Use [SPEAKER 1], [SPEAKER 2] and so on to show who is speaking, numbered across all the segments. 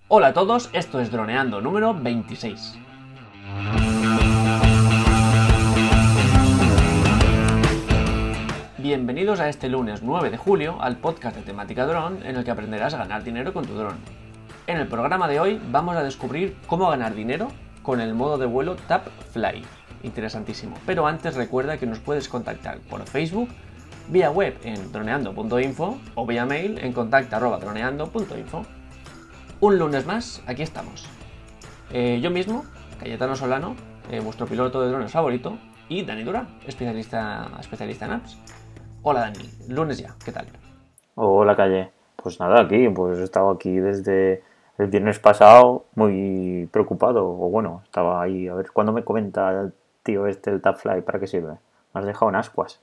[SPEAKER 1] Hola a todos, esto es Droneando número 26. Bienvenidos a este lunes 9 de julio al podcast de temática dron en el que aprenderás a ganar dinero con tu dron. En el programa de hoy vamos a descubrir cómo ganar dinero con el modo de vuelo TapFly. Interesantísimo. Pero antes recuerda que nos puedes contactar por Facebook, vía web en droneando.info o vía mail en contacta@droneando.info. Un lunes más, aquí estamos. Yo mismo, Cayetano Solano, vuestro piloto de drones favorito, y Dani Dura, especialista en apps. Hola Dani, lunes ya, ¿qué tal?
[SPEAKER 2] Hola, Calle. Pues nada, pues he estado aquí desde el viernes pasado muy preocupado. O bueno, estaba ahí a ver cuándo me comenta el tío este el TapFly, ¿para qué sirve? Me has dejado en ascuas.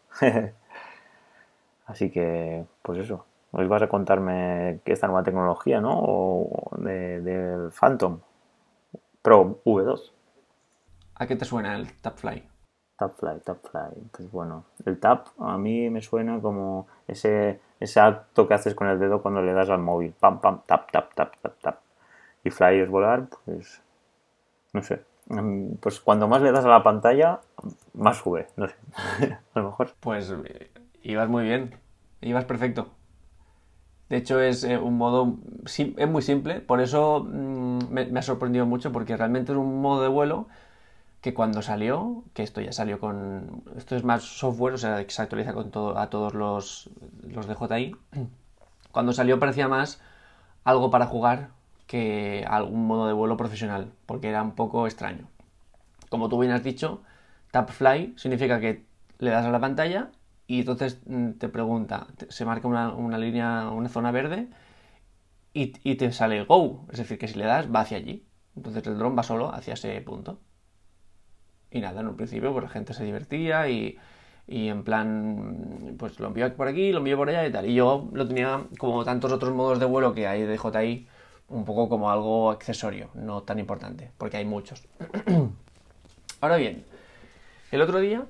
[SPEAKER 2] Así que, pues eso. Hoy vas a contarme que esta nueva tecnología, ¿no? Del Phantom Pro V2.
[SPEAKER 1] ¿A qué te suena el TapFly?
[SPEAKER 2] TapFly. Pues bueno, el tap a mí me suena como ese acto que haces con el dedo cuando le das al móvil. Pam, pam, tap. Y fly es volar, pues no sé. Pues cuando más le das a la pantalla, más sube. No sé. A lo mejor.
[SPEAKER 1] Pues ibas muy bien, ibas perfecto. De hecho es un modo, es muy simple, por eso me ha sorprendido mucho porque realmente es un modo de vuelo que cuando salió, que esto ya salió con, esto es más software, o sea, que se actualiza con todo, a todos los DJI, cuando salió parecía más algo para jugar que algún modo de vuelo profesional, porque era un poco extraño. Como tú bien has dicho, TapFly significa que le das a la pantalla y entonces te pregunta, se marca una línea, una zona verde y te sale Go, es decir, que si le das va hacia allí. Entonces el dron va solo hacia ese punto. Y nada, en un principio pues la gente se divertía y en plan, pues lo envío por aquí, lo envío por allá y tal. Y yo lo tenía como tantos otros modos de vuelo que hay de JI, un poco como algo accesorio, no tan importante, porque hay muchos. Ahora bien, el otro día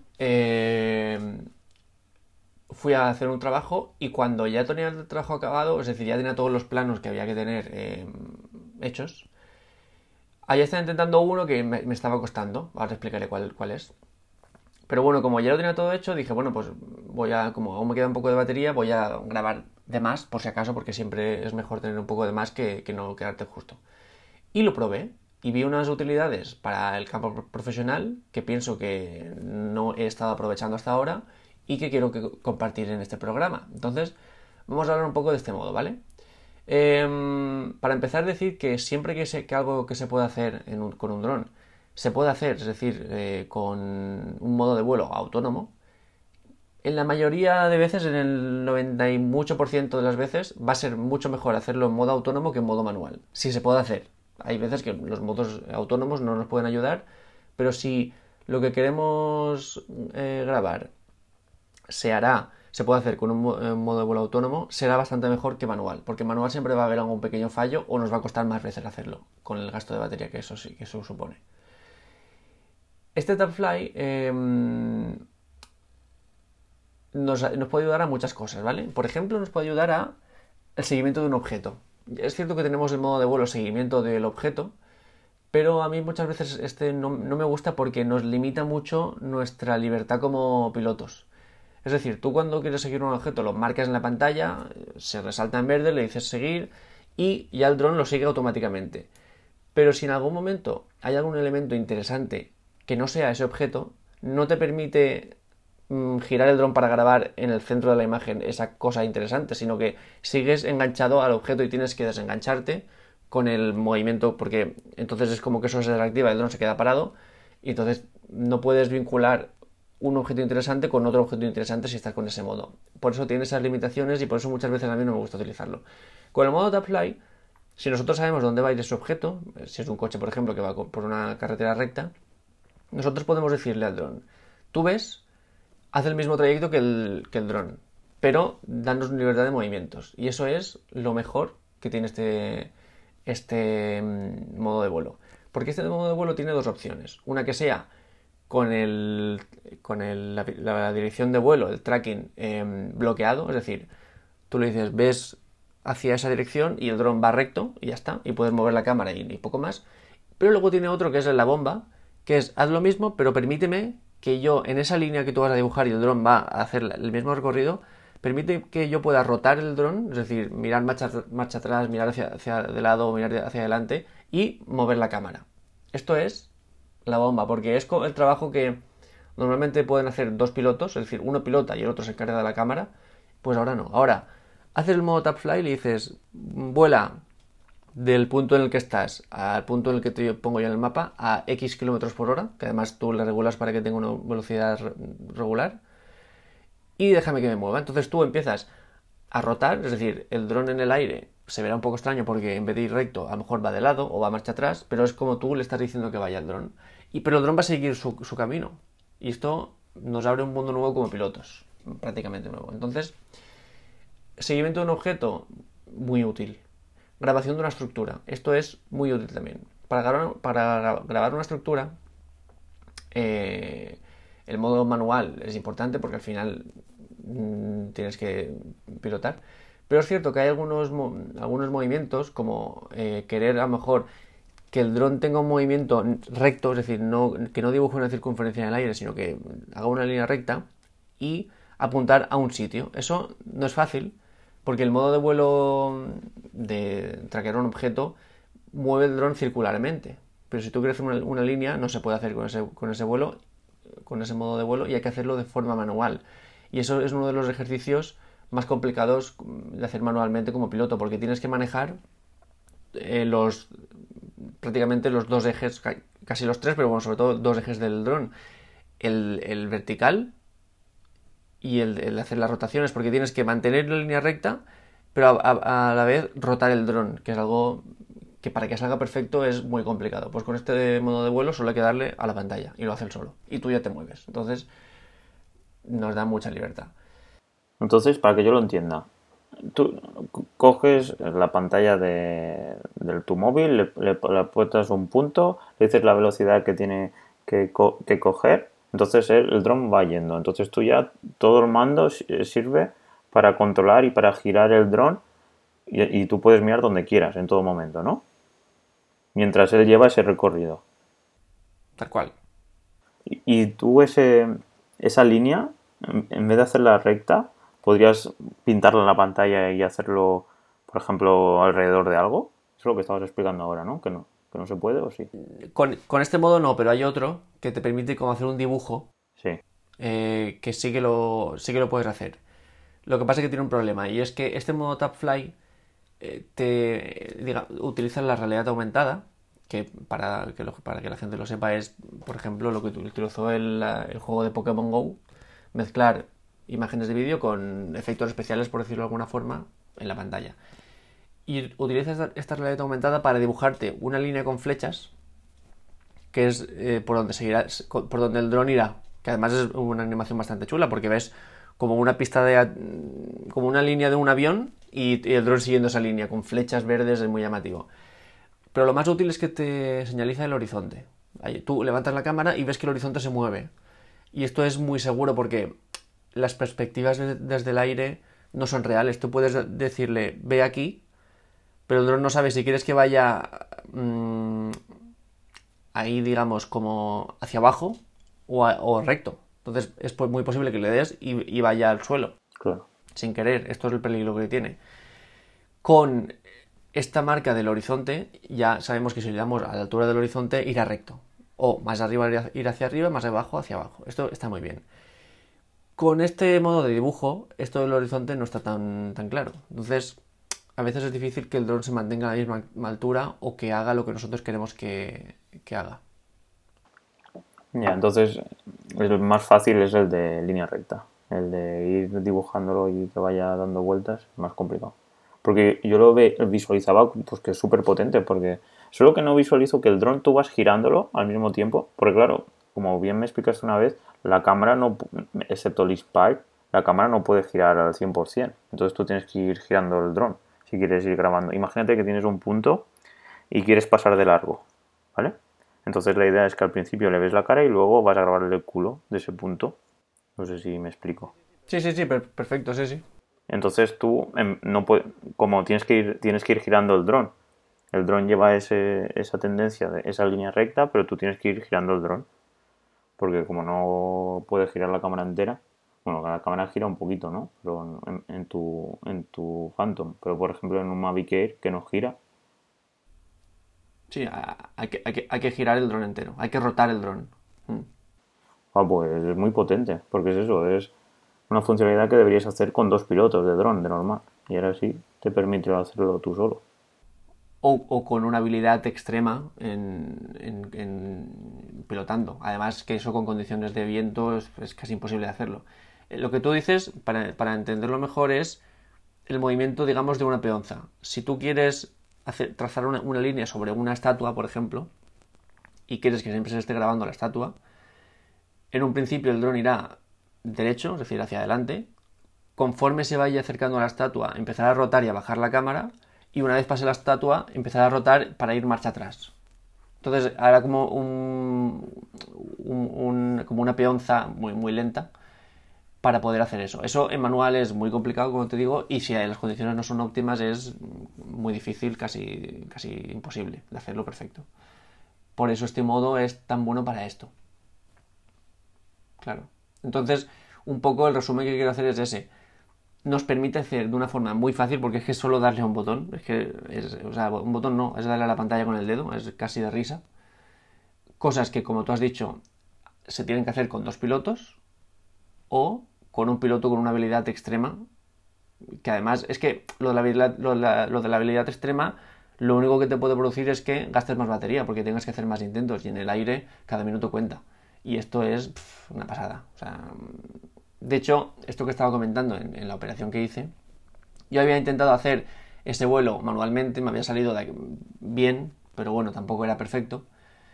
[SPEAKER 1] fui a hacer un trabajo y cuando ya tenía el trabajo acabado, es decir, ya tenía todos los planos que había que tener hechos, allá estaba intentando uno que me estaba costando, ahora explicaré cuál es. Pero bueno, como ya lo tenía todo hecho, dije, bueno, pues como aún me queda un poco de batería, voy a grabar de más, por si acaso, porque siempre es mejor tener un poco de más que no quedarte justo. Y lo probé y vi unas utilidades para el campo profesional que pienso que no he estado aprovechando hasta ahora y que quiero compartir en este programa. Entonces, vamos a hablar un poco de este modo, ¿vale? Para empezar, decir que siempre que algo que se puede hacer con un dron se puede hacer, es decir, con un modo de vuelo autónomo, en la mayoría de veces, en el 90 y mucho por ciento de las veces, va a ser mucho mejor hacerlo en modo autónomo que en modo manual. Si se puede hacer. Hay veces que los modos autónomos no nos pueden ayudar, pero si lo que queremos grabar se puede hacer con un modo de vuelo autónomo, será bastante mejor que manual, porque manual siempre va a haber algún pequeño fallo o nos va a costar más veces hacerlo, con el gasto de batería que eso supone. Este TapFly nos puede ayudar a muchas cosas, ¿vale? Por ejemplo, nos puede ayudar a el seguimiento de un objeto. Es cierto que tenemos el modo de vuelo seguimiento del objeto, pero a mí muchas veces este no me gusta porque nos limita mucho nuestra libertad como pilotos. Es decir, tú cuando quieres seguir un objeto lo marcas en la pantalla, se resalta en verde, le dices seguir y ya el dron lo sigue automáticamente. Pero si en algún momento hay algún elemento interesante que no sea ese objeto, no te permite girar el dron para grabar en el centro de la imagen esa cosa interesante, sino que sigues enganchado al objeto y tienes que desengancharte con el movimiento, porque entonces es como que eso se desactiva, el dron se queda parado y entonces no puedes vincular un objeto interesante con otro objeto interesante si estás con ese modo. Por eso tiene esas limitaciones y por eso muchas veces a mí no me gusta utilizarlo. Con el modo TapFly, si nosotros sabemos dónde va a ir ese objeto, si es un coche por ejemplo que va por una carretera recta, nosotros podemos decirle al dron, tú ves, haz el mismo trayecto que el dron, pero danos libertad de movimientos. Y eso es lo mejor que tiene este modo de vuelo. Porque este modo de vuelo tiene dos opciones. Una que sea con la dirección de vuelo, el tracking bloqueado, es decir, tú le dices, ves hacia esa dirección y el dron va recto y ya está, y puedes mover la cámara y poco más. Pero luego tiene otro que es la bomba, que es haz lo mismo, pero permíteme que yo en esa línea que tú vas a dibujar y el dron va a hacer el mismo recorrido, permite que yo pueda rotar el dron, es decir, mirar marcha atrás, mirar hacia de lado, mirar hacia adelante y mover la cámara. Esto es la bomba, porque es el trabajo que normalmente pueden hacer dos pilotos, es decir, uno pilota y el otro se encarga de la cámara. Pues ahora no. Ahora, haces el modo tap fly y le dices, vuela del punto en el que estás al punto en el que te pongo yo en el mapa a X kilómetros por hora, que además tú le regulas para que tenga una velocidad regular, y déjame que me mueva. Entonces tú empiezas a rotar, es decir, el dron en el aire se verá un poco extraño porque en vez de ir recto, a lo mejor va de lado o va marcha atrás, pero es como tú le estás diciendo que vaya el dron. Pero el dron va a seguir su camino. Y esto nos abre un mundo nuevo como pilotos, prácticamente nuevo. Entonces, seguimiento de un objeto, muy útil. Grabación de una estructura, esto es muy útil también. Para grabar una estructura, el modo manual es importante porque al final tienes que pilotar. Pero es cierto que hay algunos movimientos, como querer a lo mejor que el dron tenga un movimiento recto, es decir, que no dibuje una circunferencia en el aire, sino que haga una línea recta y apuntar a un sitio. Eso no es fácil, porque el modo de vuelo de traquear un objeto mueve el dron circularmente. Pero si tú quieres hacer una línea, no se puede hacer con ese vuelo, con ese modo de vuelo, y hay que hacerlo de forma manual. Y eso es uno de los ejercicios más complicados de hacer manualmente como piloto, porque tienes que manejar prácticamente los dos ejes, casi los tres, pero bueno, sobre todo dos ejes del dron. El vertical y el hacer las rotaciones, porque tienes que mantener la línea recta, pero a la vez rotar el dron, que es algo que para que salga perfecto es muy complicado. Pues con este modo de vuelo solo hay que darle a la pantalla y lo hace él solo. Y tú ya te mueves. Entonces nos da mucha libertad.
[SPEAKER 2] Entonces, para que yo lo entienda, tú coges la pantalla de tu móvil, le apuntas un punto, le dices la velocidad que tiene que coger, entonces el dron va yendo. Entonces tú ya, todo el mando sirve para controlar y para girar el dron y tú puedes mirar donde quieras en todo momento, ¿no? Mientras él lleva ese recorrido.
[SPEAKER 1] Tal cual.
[SPEAKER 2] Y tú esa línea, en vez de hacerla recta, podrías pintarla en la pantalla y hacerlo, por ejemplo, alrededor de algo. Eso es lo que estabas explicando ahora, ¿no? Que no se puede, ¿o sí?
[SPEAKER 1] Con este modo no, pero hay otro que te permite como hacer un dibujo.
[SPEAKER 2] Sí.
[SPEAKER 1] Que sí que lo puedes hacer. Lo que pasa es que tiene un problema, y es que este modo Tap Fly utiliza la realidad aumentada, que para que la gente lo sepa es, por ejemplo, lo que utilizó el juego de Pokémon GO, mezclar imágenes de vídeo con efectos especiales, por decirlo de alguna forma, en la pantalla. Y utiliza esta realidad aumentada para dibujarte una línea con flechas, que es por donde el dron irá, que además es una animación bastante chula, porque ves como una pista como una línea de un avión y el dron siguiendo esa línea con flechas verdes, es muy llamativo. Pero lo más útil es que te señaliza el horizonte. Ahí, tú levantas la cámara y ves que el horizonte se mueve. Y esto es muy seguro porque las perspectivas desde el aire no son reales. Tú puedes decirle, ve aquí, pero el dron no sabe si quieres que vaya ahí, digamos, como hacia abajo o recto. Entonces es muy posible que le des y vaya al suelo.
[SPEAKER 2] Claro.
[SPEAKER 1] Sin querer. Esto es el peligro que tiene. Con esta marca del horizonte, ya sabemos que si le damos a la altura del horizonte, irá recto. O más arriba ir hacia arriba, más abajo hacia abajo. Esto está muy bien. Con este modo de dibujo, esto del horizonte no está tan claro. Entonces, a veces es difícil que el dron se mantenga a la misma altura o que haga lo que nosotros queremos que haga.
[SPEAKER 2] Ya, entonces el más fácil es el de línea recta. El de ir dibujándolo y que vaya dando vueltas es más complicado. Porque yo lo visualizaba pues que es súper potente, porque solo que no visualizo que el dron tú vas girándolo al mismo tiempo, porque claro, como bien me explicaste una vez, la cámara no, excepto el Inspire, la cámara no puede girar al 100%. Entonces tú tienes que ir girando el dron si quieres ir grabando. Imagínate que tienes un punto y quieres pasar de largo, ¿vale? Entonces la idea es que al principio le ves la cara y luego vas a grabarle el culo de ese punto. No sé si me explico.
[SPEAKER 1] Sí, perfecto, sí.
[SPEAKER 2] Entonces tú no puedes, como tienes que ir girando el dron. El dron lleva esa tendencia, esa línea recta, pero tú tienes que ir girando el dron. Porque como no puedes girar la cámara entera, bueno, la cámara gira un poquito, ¿no? Pero en tu Phantom. Pero por ejemplo en un Mavic Air que no gira,
[SPEAKER 1] Sí, hay que girar el dron entero, hay que rotar el dron. Mm.
[SPEAKER 2] pues es muy potente. Porque es eso, es una funcionalidad que deberías hacer con dos pilotos de dron, de normal. Y ahora sí te permite hacerlo tú solo.
[SPEAKER 1] O con una habilidad extrema pilotando. Además que eso con condiciones de viento es casi imposible de hacerlo. Lo que tú dices, para entenderlo mejor, es el movimiento, digamos, de una peonza. Si tú quieres trazar una línea sobre una estatua, por ejemplo, y quieres que siempre se esté grabando la estatua, en un principio el dron irá derecho, es decir, hacia adelante. Conforme se vaya acercando a la estatua, empezará a rotar y a bajar la cámara, y una vez pase la estatua, empezará a rotar para ir marcha atrás. Entonces hará como como una peonza muy, muy lenta para poder hacer eso. Eso en manual es muy complicado, como te digo, y si las condiciones no son óptimas es muy difícil, casi imposible de hacerlo perfecto. Por eso este modo es tan bueno para esto. Claro. Entonces, un poco el resumen que quiero hacer es ese. Nos permite hacer de una forma muy fácil, porque es que solo darle a un botón, o sea, un botón no, es darle a la pantalla con el dedo, es casi de risa. Cosas que, como tú has dicho, se tienen que hacer con dos pilotos o con un piloto con una habilidad extrema, que además es que lo de la habilidad extrema lo único que te puede producir es que gastes más batería porque tengas que hacer más intentos y en el aire cada minuto cuenta. Y esto es una pasada. O sea, de hecho, esto que estaba comentando en la operación que hice, yo había intentado hacer ese vuelo manualmente, me había salido bien, pero bueno, tampoco era perfecto.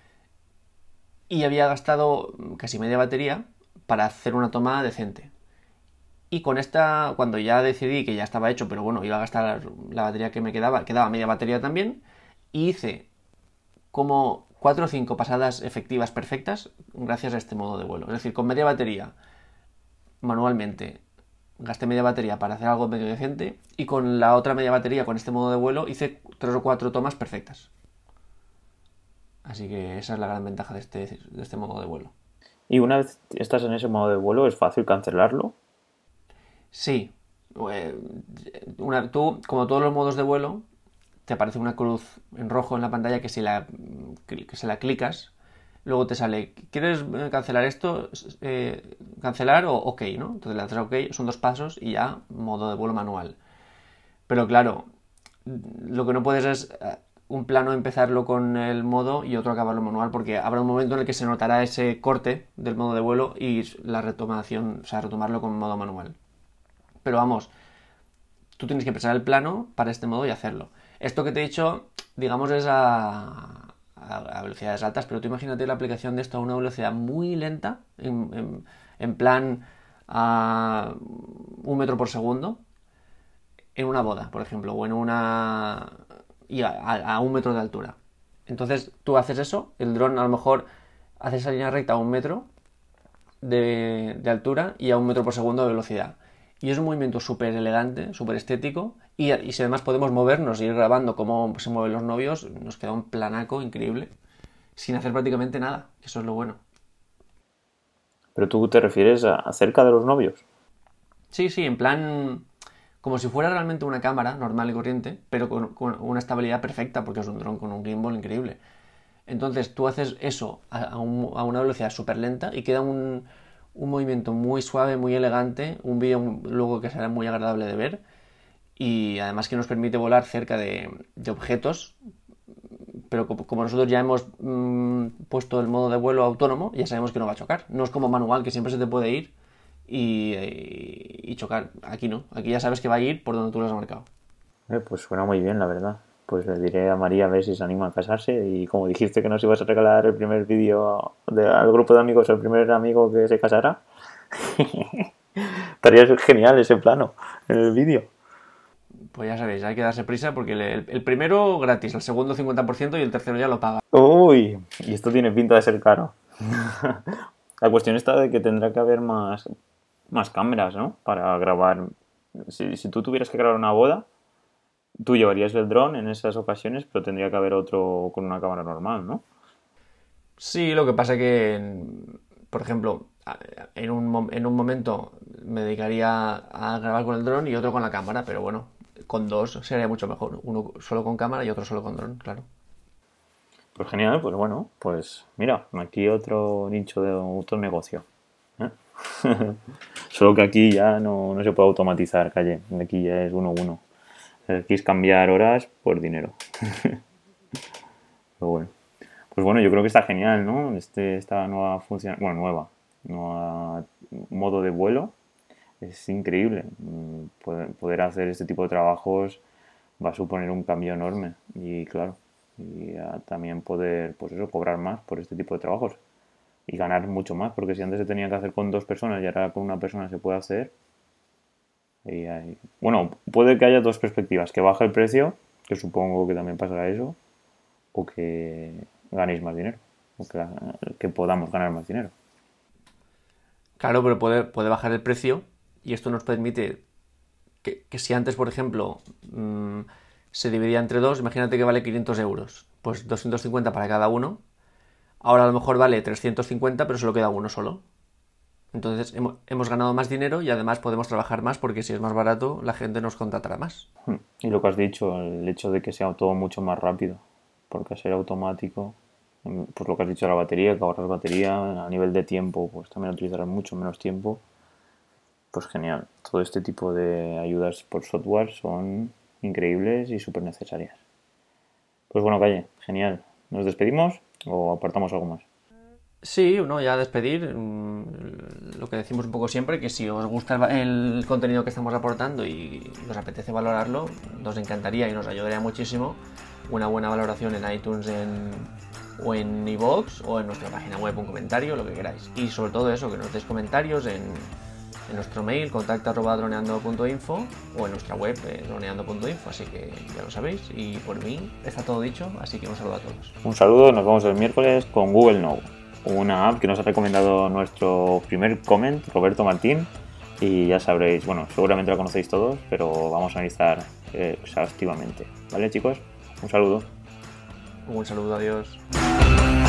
[SPEAKER 1] Y había gastado casi media batería para hacer una toma decente. Y con esta, cuando ya decidí que ya estaba hecho, pero bueno, iba a gastar la batería que me quedaba media batería también, y hice como 4 o 5 pasadas efectivas perfectas gracias a este modo de vuelo. Es decir, con media batería, manualmente, gasté media batería para hacer algo medio decente, y con la otra media batería, con este modo de vuelo, hice 3 o 4 tomas perfectas. Así que esa es la gran ventaja de este modo de vuelo.
[SPEAKER 2] Y una vez estás en ese modo de vuelo, es fácil cancelarlo.
[SPEAKER 1] Sí, tú, como todos los modos de vuelo, te aparece una cruz en rojo en la pantalla que si la clicas, luego te sale, ¿quieres cancelar esto? Cancelar o OK, ¿no? Entonces le das a OK, son 2 pasos y ya modo de vuelo manual. Pero claro, lo que no puedes es un plano empezarlo con el modo y otro acabarlo manual, porque habrá un momento en el que se notará ese corte del modo de vuelo y la retomación, o sea, retomarlo con modo manual. Pero vamos, tú tienes que empezar el plano para este modo y hacerlo. Esto que te he dicho, digamos, es a velocidades altas, pero tú imagínate la aplicación de esto a una velocidad muy lenta, en plan a 1 metro por segundo, en una boda, por ejemplo, o en una... y a 1 metro de altura. Entonces tú haces eso, el dron a lo mejor hace esa línea recta a 1 metro de altura y a 1 metro por segundo de velocidad. Y es un movimiento súper elegante, súper estético. Y si además podemos movernos y ir grabando cómo se mueven los novios, nos queda un planaco increíble. Sin hacer prácticamente nada. Eso es lo bueno.
[SPEAKER 2] Pero tú te refieres a cerca de los novios.
[SPEAKER 1] Sí, sí, en plan... Como si fuera realmente una cámara normal y corriente, pero con una estabilidad perfecta, porque es un dron con un gimbal increíble. Entonces tú haces eso a una velocidad súper lenta y queda un movimiento muy suave, muy elegante, un vídeo luego que será muy agradable de ver y además que nos permite volar cerca de objetos, pero como nosotros ya hemos puesto el modo de vuelo autónomo, ya sabemos que no va a chocar. No es como manual, que siempre se te puede ir y chocar. Aquí no, aquí ya sabes que va a ir por donde tú lo has marcado.
[SPEAKER 2] Pues suena muy bien, la verdad. Pues le diré a María a ver si se anima a casarse. Y como dijiste que nos ibas a regalar el primer vídeo al grupo de amigos, el primer amigo que se casará, estaría genial ese plano en el vídeo.
[SPEAKER 1] Pues ya sabéis, hay que darse prisa porque el primero gratis, el segundo 50% y el tercero ya lo paga.
[SPEAKER 2] Uy, y esto tiene pinta de ser caro. La cuestión está de que tendrá que haber más cámaras, ¿no? Para grabar Si tú tuvieras que grabar una boda, tú llevarías el dron en esas ocasiones, pero tendría que haber otro con una cámara normal, ¿no?
[SPEAKER 1] Sí, lo que pasa que, por ejemplo, en un momento me dedicaría a grabar con el dron y otro con la cámara, pero bueno, con dos sería mucho mejor. Uno solo con cámara y otro solo con dron, claro.
[SPEAKER 2] Pues genial, pues bueno, pues mira, aquí otro nicho de otro negocio. ¿Eh? Solo que aquí ya no se puede automatizar, calle. Aquí ya es uno a uno. Aquí es cambiar horas por dinero. Pero bueno. Pues bueno, yo creo que está genial, ¿no? Esta nueva función, bueno, nueva modo de vuelo. Es increíble. Poder hacer este tipo de trabajos va a suponer un cambio enorme. Y claro, y también poder, pues eso, cobrar más por este tipo de trabajos. Y ganar mucho más, porque si antes se tenía que hacer con 2 personas y ahora con una persona se puede hacer. Bueno, puede que haya dos perspectivas, que baje el precio, que supongo que también pasará eso, o que ganéis más dinero, o que podamos ganar más dinero.
[SPEAKER 1] Claro, pero puede bajar el precio y esto nos permite que si antes, por ejemplo, se dividía entre dos, imagínate que vale 500 euros, pues 250 para cada uno. Ahora a lo mejor vale 350, pero solo queda uno solo. Entonces hemos ganado más dinero y además podemos trabajar más porque si es más barato, la gente nos contratará más.
[SPEAKER 2] Y lo que has dicho, el hecho de que sea todo mucho más rápido, porque al ser automático, pues lo que has dicho de la batería, que ahorras batería, a nivel de tiempo, pues también utilizarás mucho menos tiempo. Pues genial, todo este tipo de ayudas por software son increíbles y súper necesarias. Pues bueno, Calle, genial. ¿Nos despedimos o apartamos algo más?
[SPEAKER 1] Sí, no, ya a despedir, lo que decimos un poco siempre, que si os gusta el contenido que estamos aportando y os apetece valorarlo, nos encantaría y nos ayudaría muchísimo una buena valoración en iTunes o en iVoox o en nuestra página web, un comentario, lo que queráis. Y sobre todo eso, que nos deis comentarios en nuestro mail, contacta@droneando.info o en nuestra web, droneando.info, así que ya lo sabéis. Y por mí está todo dicho, así que un saludo a todos.
[SPEAKER 2] Un saludo, nos vemos el miércoles con Google Now, una app que nos ha recomendado nuestro primer comment, Roberto Martín, y ya sabréis, bueno, seguramente la conocéis todos, pero vamos a analizar exhaustivamente. ¿Vale, chicos? Un saludo.
[SPEAKER 1] Un saludo, adiós.